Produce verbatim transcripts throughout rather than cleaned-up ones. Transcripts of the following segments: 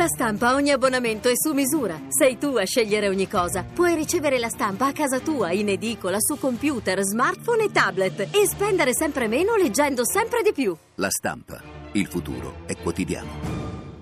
Stampa ogni abbonamento è su misura. Sei tu a scegliere ogni cosa. Puoi ricevere la stampa a casa tua, in edicola, su computer, smartphone e tablet e spendere sempre meno leggendo sempre di più. La Stampa. Il futuro è quotidiano.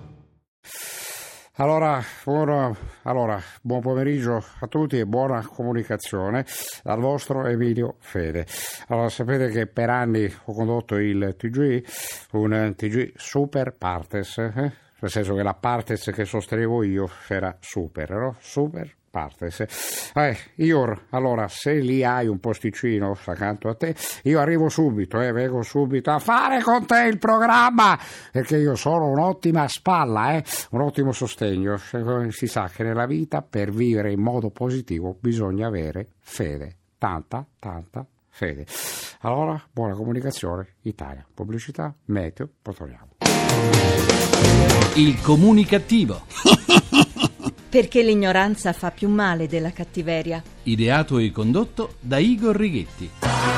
Allora, buona, allora, buon pomeriggio a tutti e buona comunicazione dal vostro Emilio Fede. Allora, sapete che per anni ho condotto il T G, un T G super partes, eh? Nel senso che la partes che sostenevo io era super, no? Super partes. Eh, io, allora, se lì hai un posticino accanto a te, io arrivo subito, eh, vengo subito a fare con te il programma, perché io sono un'ottima spalla, eh, un ottimo sostegno. Si sa che nella vita, per vivere in modo positivo, bisogna avere fede, tanta, tanta fede. Allora, buona comunicazione, Italia, pubblicità, meteo, poi torniamo. Il comunicativo. Perché l'ignoranza fa più male della cattiveria. Ideato e condotto da Igor Righetti.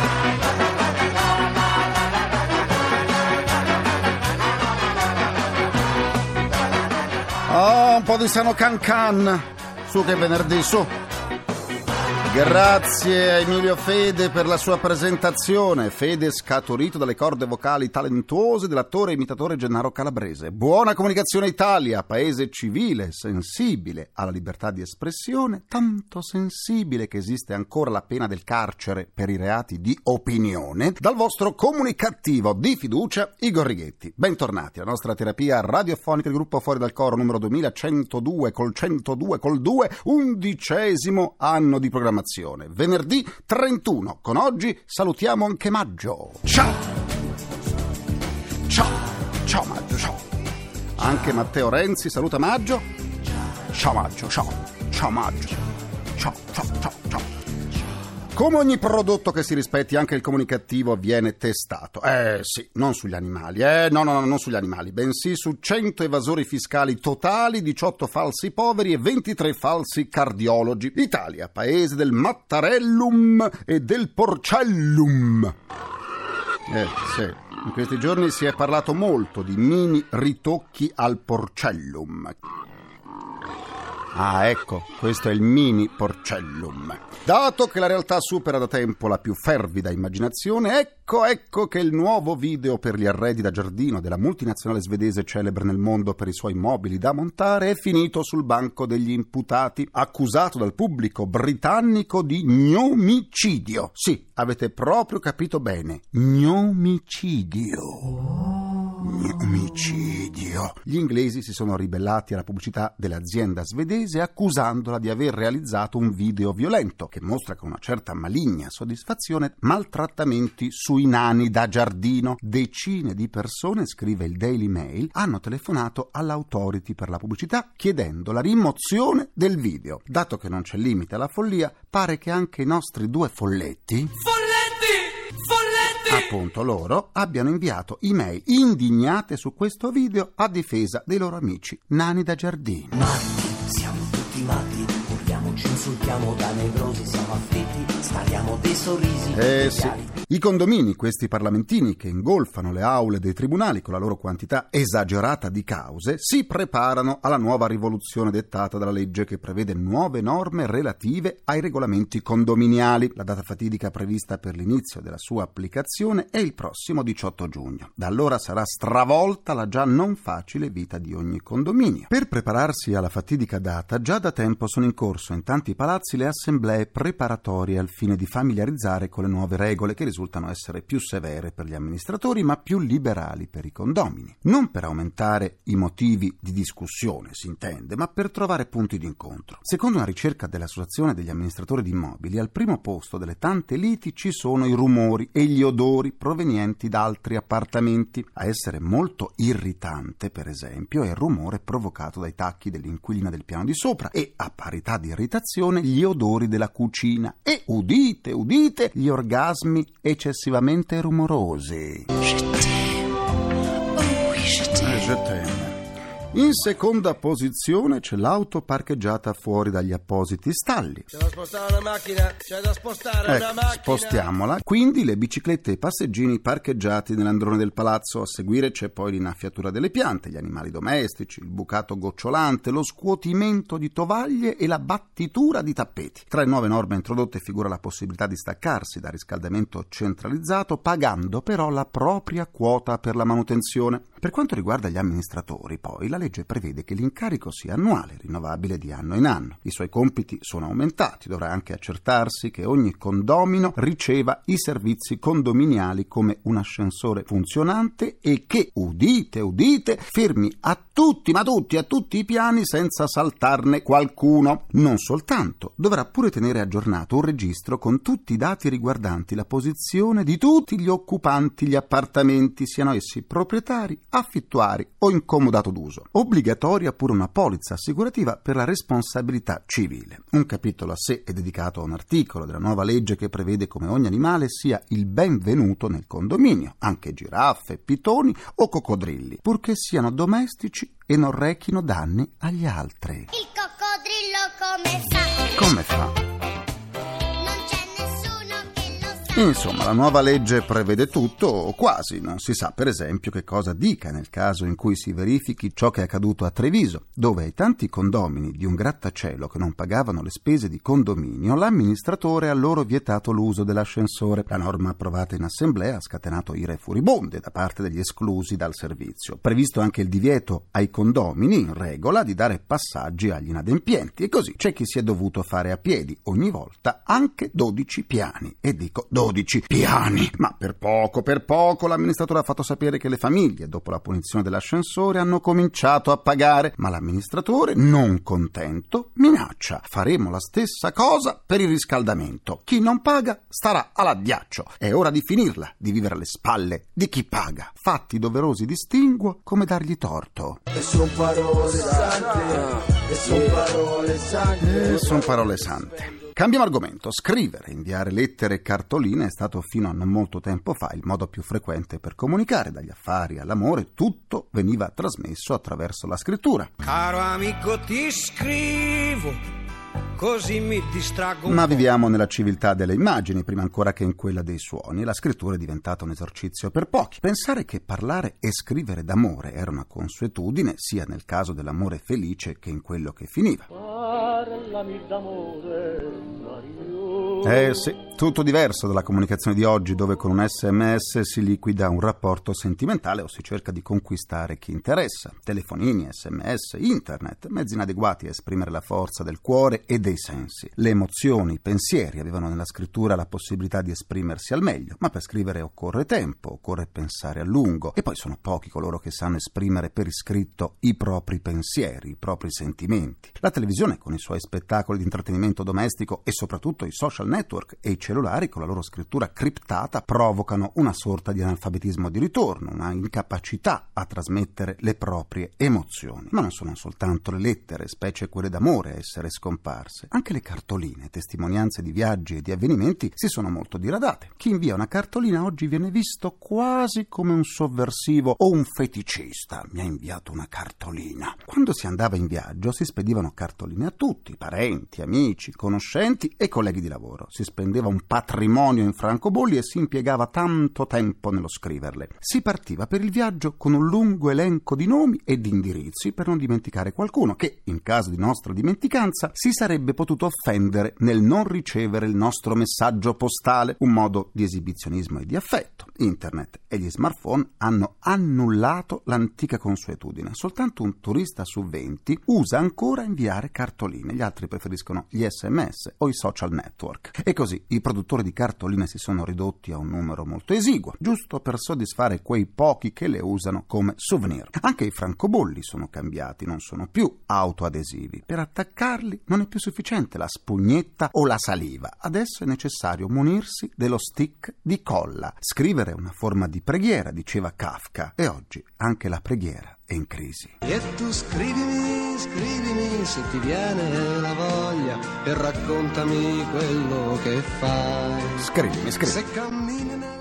Oh, un po' di sano can can. Su che venerdì, su. Grazie a Emilio Fede per la sua presentazione. Fede scaturito dalle corde vocali talentuose dell'attore e imitatore Gennaro Calabrese. Buona comunicazione Italia, paese civile, sensibile alla libertà di espressione, tanto sensibile che esiste ancora la pena del carcere per i reati di opinione. Dal vostro comunicativo di fiducia, Igor Righetti. Bentornati alla nostra terapia radiofonica del gruppo Fuori dal Coro numero duemilacentodue col centodue col due, undicesimo anno di programmazione. Venerdì trentuno, con oggi salutiamo anche Maggio. Ciao! Ciao! Ciao Maggio, ciao! Anche Matteo Renzi saluta Maggio. Ciao Maggio, ciao! Ciao Maggio! Ciao, ciao, ciao, ciao! Come ogni prodotto che si rispetti, anche il comunicativo viene testato. Eh sì, non sugli animali, eh? No, no, no, non sugli animali, bensì su cento evasori fiscali totali, diciotto falsi poveri e ventitré falsi cardiologi. Italia, paese del Mattarellum e del Porcellum. Eh sì, in questi giorni si è parlato molto di mini ritocchi al Porcellum. Ah, ecco, questo è il mini Porcellum. Dato che la realtà supera da tempo la più fervida immaginazione, ecco, ecco che il nuovo video per gli arredi da giardino della multinazionale svedese celebre nel mondo per i suoi mobili da montare è finito sul banco degli imputati, accusato dal pubblico britannico di gnomicidio. Sì, avete proprio capito bene, gnomicidio. Omicidio. Gli inglesi si sono ribellati alla pubblicità dell'azienda svedese accusandola di aver realizzato un video violento che mostra con una certa maligna soddisfazione maltrattamenti sui nani da giardino. Decine di persone, scrive il Daily Mail, hanno telefonato all'autority per la pubblicità chiedendo la rimozione del video. Dato che non c'è limite alla follia, pare che anche i nostri due folletti appunto loro abbiano inviato email indignate su questo video a difesa dei loro amici nani da giardino. Matti, siamo tutti matti, urliamo, ci insultiamo da nevrosi, siamo afflitti, spariamo dei sorrisi. Eh sì, i condomini, questi parlamentini che ingolfano le aule dei tribunali con la loro quantità esagerata di cause, si preparano alla nuova rivoluzione dettata dalla legge che prevede nuove norme relative ai regolamenti condominiali. La data fatidica prevista per l'inizio della sua applicazione è il prossimo diciotto giugno. Da allora sarà stravolta la già non facile vita di ogni condominio. Per prepararsi alla fatidica data, già da tempo sono in corso in tanti palazzi le assemblee preparatorie al fine di familiarizzare con le nuove regole che risultano essere più severe per gli amministratori ma più liberali per i condomini. Non per aumentare i motivi di discussione, si intende, ma per trovare punti di incontro. Secondo una ricerca dell'Associazione degli amministratori di immobili, al primo posto delle tante liti ci sono i rumori e gli odori provenienti da altri appartamenti. A essere molto irritante, per esempio, è il rumore provocato dai tacchi dell'inquilina del piano di sopra e, a parità di irritazione, gli odori della cucina e, udite, udite, gli orgasmi eccessivamente rumorosi. Je t'aime. Oh oui, je t'aime. Eh, je t'aime. In seconda posizione c'è l'auto parcheggiata fuori dagli appositi stalli. C'è da spostare una macchina, c'è da spostare ecco, una macchina. Spostiamola. Quindi le biciclette e i passeggini parcheggiati nell'androne del palazzo. A seguire c'è poi l'innaffiatura delle piante, gli animali domestici, il bucato gocciolante, lo scuotimento di tovaglie e la battitura di tappeti. Tra le nuove norme introdotte figura la possibilità di staccarsi dal riscaldamento centralizzato, pagando però la propria quota per la manutenzione. Per quanto riguarda gli amministratori, poi, la legge prevede che l'incarico sia annuale, rinnovabile di anno in anno. I suoi compiti sono aumentati, dovrà anche accertarsi che ogni condomino riceva i servizi condominiali come un ascensore funzionante e che, udite, udite, fermi a tutti, ma tutti, a tutti i piani senza saltarne qualcuno. Non soltanto, dovrà pure tenere aggiornato un registro con tutti i dati riguardanti la posizione di tutti gli occupanti gli appartamenti, siano essi proprietari, affittuari o in comodato d'uso. Obbligatoria pure una polizza assicurativa per la responsabilità civile. Un capitolo a sé è dedicato a un articolo della nuova legge che prevede come ogni animale sia il benvenuto nel condominio, anche giraffe, pitoni o coccodrilli, purché siano domestici e non rechino danni agli altri. Il coccodrillo come fa? Come fa? Insomma, la nuova legge prevede tutto, o quasi. Non si sa, per esempio, che cosa dica nel caso in cui si verifichi ciò che è accaduto a Treviso, dove ai tanti condomini di un grattacielo che non pagavano le spese di condominio, l'amministratore ha loro vietato l'uso dell'ascensore. La norma approvata in assemblea ha scatenato ire furibonde da parte degli esclusi dal servizio. Previsto anche il divieto ai condomini, in regola, di dare passaggi agli inadempienti. E così c'è chi si è dovuto fare a piedi ogni volta anche dodici piani. E dico dodici piani. Ma per poco, per poco l'amministratore ha fatto sapere che le famiglie, dopo la punizione dell'ascensore, hanno cominciato a pagare, ma l'amministratore, non contento, minaccia: faremo la stessa cosa per il riscaldamento. Chi non paga starà all'addiaccio. È ora di finirla, di vivere alle spalle di chi paga. Fatti doverosi distinguo come dargli torto. E son parole sante, e son parole sante. E son parole sante. Cambiamo argomento. Scrivere, inviare lettere e cartoline è stato fino a non molto tempo fa il modo più frequente per comunicare. Dagli affari all'amore, tutto veniva trasmesso attraverso la scrittura. Caro amico, ti scrivo, così mi distraggo un Ma po'. viviamo nella civiltà delle immagini, prima ancora che in quella dei suoni, e la scrittura è diventata un esercizio per pochi. Pensare che parlare e scrivere d'amore era una consuetudine, sia nel caso dell'amore felice che in quello che finiva. Parlami d'amore, Mario. Eh sì, tutto diverso dalla comunicazione di oggi, dove con un sms si liquida un rapporto sentimentale o si cerca di conquistare chi interessa. Telefonini, sms, internet, mezzi inadeguati a esprimere la forza del cuore e dei sensi. Le emozioni, i pensieri avevano nella scrittura la possibilità di esprimersi al meglio, ma per scrivere occorre tempo, occorre pensare a lungo, e poi sono pochi coloro che sanno esprimere per iscritto i propri pensieri, i propri sentimenti. La televisione, con i suoi spettacoli di intrattenimento domestico, e soprattutto i social network e i cellulari con la loro scrittura criptata, provocano una sorta di analfabetismo di ritorno, una incapacità a trasmettere le proprie emozioni. Ma non sono soltanto le lettere, specie quelle d'amore, a essere scomparse. Anche le cartoline, testimonianze di viaggi e di avvenimenti, si sono molto diradate. Chi invia una cartolina oggi viene visto quasi come un sovversivo o un feticista. Mi ha inviato una cartolina. Quando si andava in viaggio si spedivano cartoline a tutti, parenti, amici, conoscenti e colleghi di lavoro. Si spendeva un patrimonio in francobolli e si impiegava tanto tempo nello scriverle. Si partiva per il viaggio con un lungo elenco di nomi e di indirizzi per non dimenticare qualcuno che, in caso di nostra dimenticanza, si sarebbe potuto offendere nel non ricevere il nostro messaggio postale, un modo di esibizionismo e di affetto. Internet e gli smartphone hanno annullato l'antica consuetudine. Soltanto un turista su venti usa ancora inviare cartoline, gli altri preferiscono gli sms o i social network. E così i produttori di cartoline si sono ridotti a un numero molto esiguo, giusto per soddisfare quei pochi che le usano come souvenir. Anche i francobolli sono cambiati, non sono più autoadesivi. Per attaccarli non è più sufficiente la spugnetta o la saliva. Adesso è necessario munirsi dello stick di colla. Scrivere è una forma di preghiera, diceva Kafka, e oggi anche la preghiera è in crisi. E tu scrivimi, scrivimi se ti viene la voglia e raccontami quello che fai. Scrivimi, scrivimi. Se cammini nel...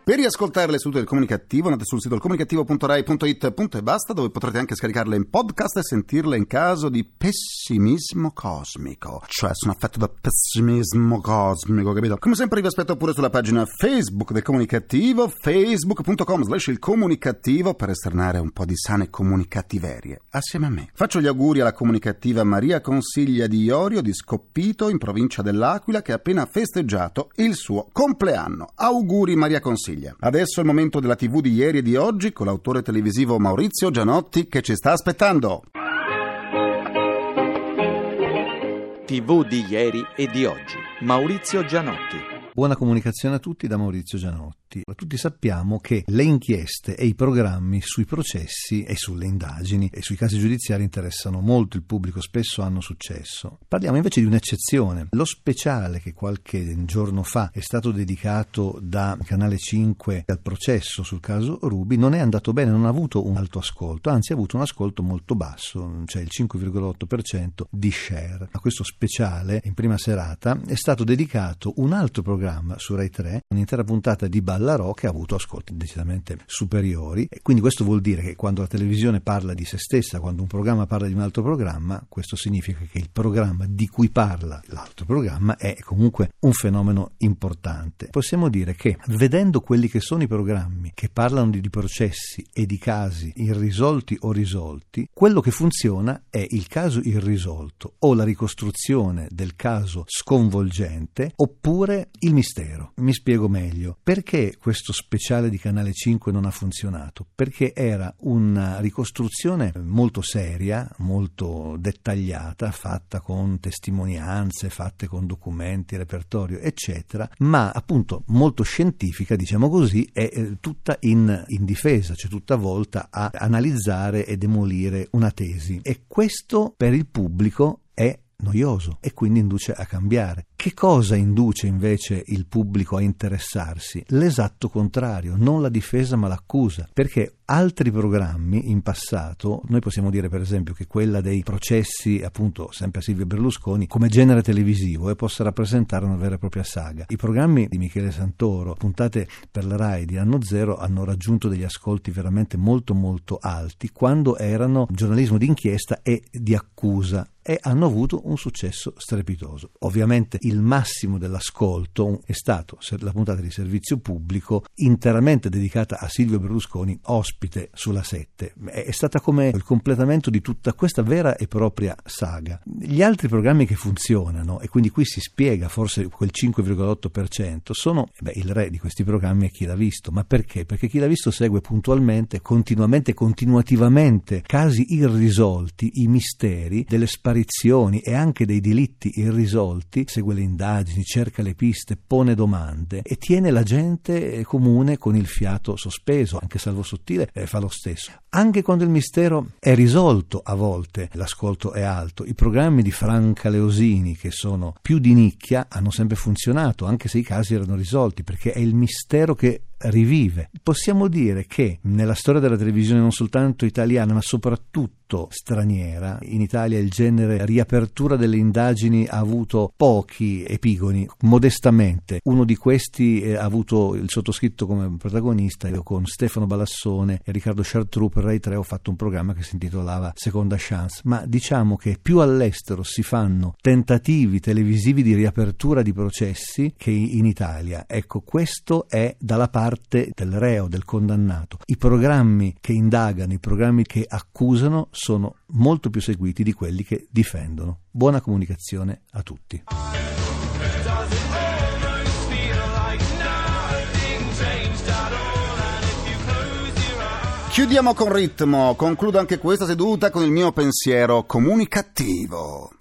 Per riascoltare le sedute del Comunicativo andate sul sito comunicativo punto rai punto it e basta, dove potrete anche scaricarle in podcast e sentirle in caso di pessimismo cosmico. Cioè sono affetto da pessimismo cosmico, capito? Come sempre vi aspetto pure sulla pagina Facebook del Comunicativo, facebook punto com slash il comunicativo, per esternare un po' di sane comunicativerie assieme a me. Faccio gli auguri alla comunicativa Maria Consiglia di Iorio di Scoppito, in provincia dell'Aquila, che ha appena festeggiato il suo compleanno. Auguri Maria Consiglia. Adesso è il momento della tivù di ieri e di oggi, con l'autore televisivo Maurizio Gianotti che ci sta aspettando. tivù di ieri e di oggi. Maurizio Gianotti. Buona comunicazione a tutti da Maurizio Gianotti. Tutti sappiamo che le inchieste e i programmi sui processi e sulle indagini e sui casi giudiziari interessano molto il pubblico, spesso hanno successo. Parliamo invece di un'eccezione. Lo speciale che qualche giorno fa è stato dedicato da Canale cinque al processo sul caso Ruby non è andato bene, non ha avuto un alto ascolto, anzi ha avuto un ascolto molto basso, cioè il cinque virgola otto per cento di share. A questo speciale, in prima serata, è stato dedicato un altro programma su Rai tre, un'intera puntata di Ballarò che ha avuto ascolti decisamente superiori, e quindi questo vuol dire che quando la televisione parla di se stessa, quando un programma parla di un altro programma, questo significa che il programma di cui parla l'altro programma è comunque un fenomeno importante. Possiamo dire che vedendo quelli che sono i programmi che parlano di, di processi e di casi irrisolti o risolti, quello che funziona è il caso irrisolto o la ricostruzione del caso sconvolgente oppure il mistero. Mi spiego meglio. Perché questo speciale di Canale cinque non ha funzionato? Perché era una ricostruzione molto seria, molto dettagliata, fatta con testimonianze, fatte con documenti, repertorio, eccetera, ma appunto molto scientifica, diciamo così, e eh, tutta in, in difesa, cioè tutta volta a analizzare e demolire una tesi. E questo per il pubblico è noioso e quindi induce a cambiare. Che cosa induce invece il pubblico a interessarsi? L'esatto contrario, non la difesa ma l'accusa, perché altri programmi in passato, noi possiamo dire per esempio che quella dei processi appunto sempre a Silvio Berlusconi come genere televisivo e eh, possa rappresentare una vera e propria saga. I programmi di Michele Santoro, puntate per la Rai di Anno Zero, hanno raggiunto degli ascolti veramente molto molto alti quando erano giornalismo di inchiesta e di accusa, e hanno avuto un successo strepitoso. Ovviamente il massimo dell'ascolto è stato la puntata di Servizio Pubblico interamente dedicata a Silvio Berlusconi, ospite sulla sette. È stata come il completamento di tutta questa vera e propria saga. Gli altri programmi che funzionano, e quindi qui si spiega forse quel cinque virgola otto per cento, sono beh, il re di questi programmi è Chi l'ha visto. Ma perché? Perché Chi l'ha visto segue puntualmente, continuamente, continuativamente casi irrisolti, i misteri delle sparizioni e anche dei delitti irrisolti, segue le indagini, cerca le piste, pone domande e tiene la gente comune con il fiato sospeso. Anche Salvo Sottile eh, fa lo stesso. Anche quando il mistero è risolto, a volte l'ascolto è alto. I programmi di Franca Leosini, che sono più di nicchia, hanno sempre funzionato, anche se i casi erano risolti, perché è il mistero che rivive. Possiamo dire che nella storia della televisione non soltanto italiana ma soprattutto straniera, in Italia il genere riapertura delle indagini ha avuto pochi epigoni, modestamente. Uno di questi eh, ha avuto il sottoscritto come protagonista. Io con Stefano Balassone e Riccardo Chartreux per Rai tre ho fatto un programma che si intitolava Seconda Chance, ma diciamo che più all'estero si fanno tentativi televisivi di riapertura di processi che in Italia. Ecco, questo è dalla parte del reo, del condannato. I programmi che indagano, i programmi che accusano sono molto più seguiti di quelli che difendono. Buona comunicazione a tutti. Chiudiamo con ritmo, concludo anche questa seduta con il mio pensiero comunicativo.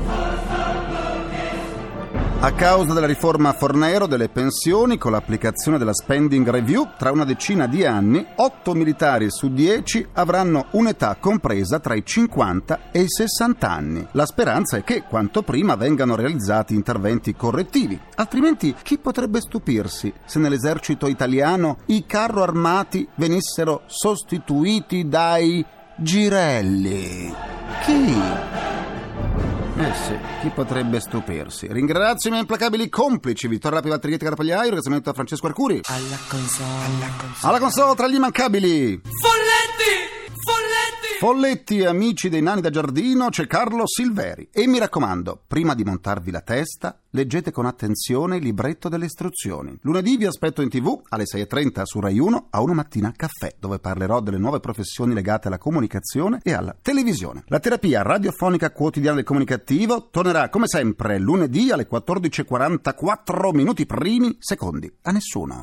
A causa della riforma Fornero delle pensioni, con l'applicazione della spending review, tra una decina di anni, otto militari su dieci avranno un'età compresa tra i cinquanta e i sessanta anni. La speranza è che quanto prima vengano realizzati interventi correttivi. Altrimenti chi potrebbe stupirsi se nell'esercito italiano i carro armati venissero sostituiti dai girelli? Chi? Eh stupirsi? Chi potrebbe stupirsi? Ringrazio i miei implacabili complici Vittorio Rapi, Walter Righetti, Carapagliaio, ringraziamento a Francesco Arcuri. Alla console, alla console. Alla console tra gli immancabili Folletti! Folletti! Folletti, amici dei nani da giardino, c'è Carlo Silveri. E mi raccomando, prima di montarvi la testa, leggete con attenzione il libretto delle istruzioni. Lunedì vi aspetto in tv alle sei e trenta su Rai uno a Una Mattina Caffè, dove parlerò delle nuove professioni legate alla comunicazione e alla televisione. La terapia radiofonica quotidiana del comunicativo tornerà come sempre lunedì alle quattordici e quarantaquattro minuti primi secondi. A nessuno.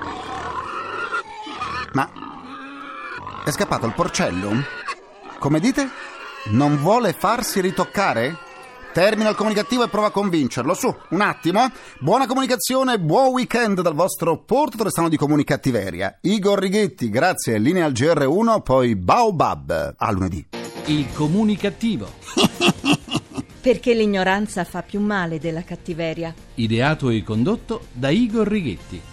Ma è scappato il porcellum? Come dite? Non vuole farsi ritoccare? Termina il comunicativo e prova a convincerlo. Su, un attimo. Buona comunicazione, buon weekend dal vostro Porto Torrestano di Comunicattiveria. Igor Righetti, grazie, linea al G R uno, poi Baobab. A lunedì. Il comunicativo. Perché l'ignoranza fa più male della cattiveria. Ideato e condotto da Igor Righetti.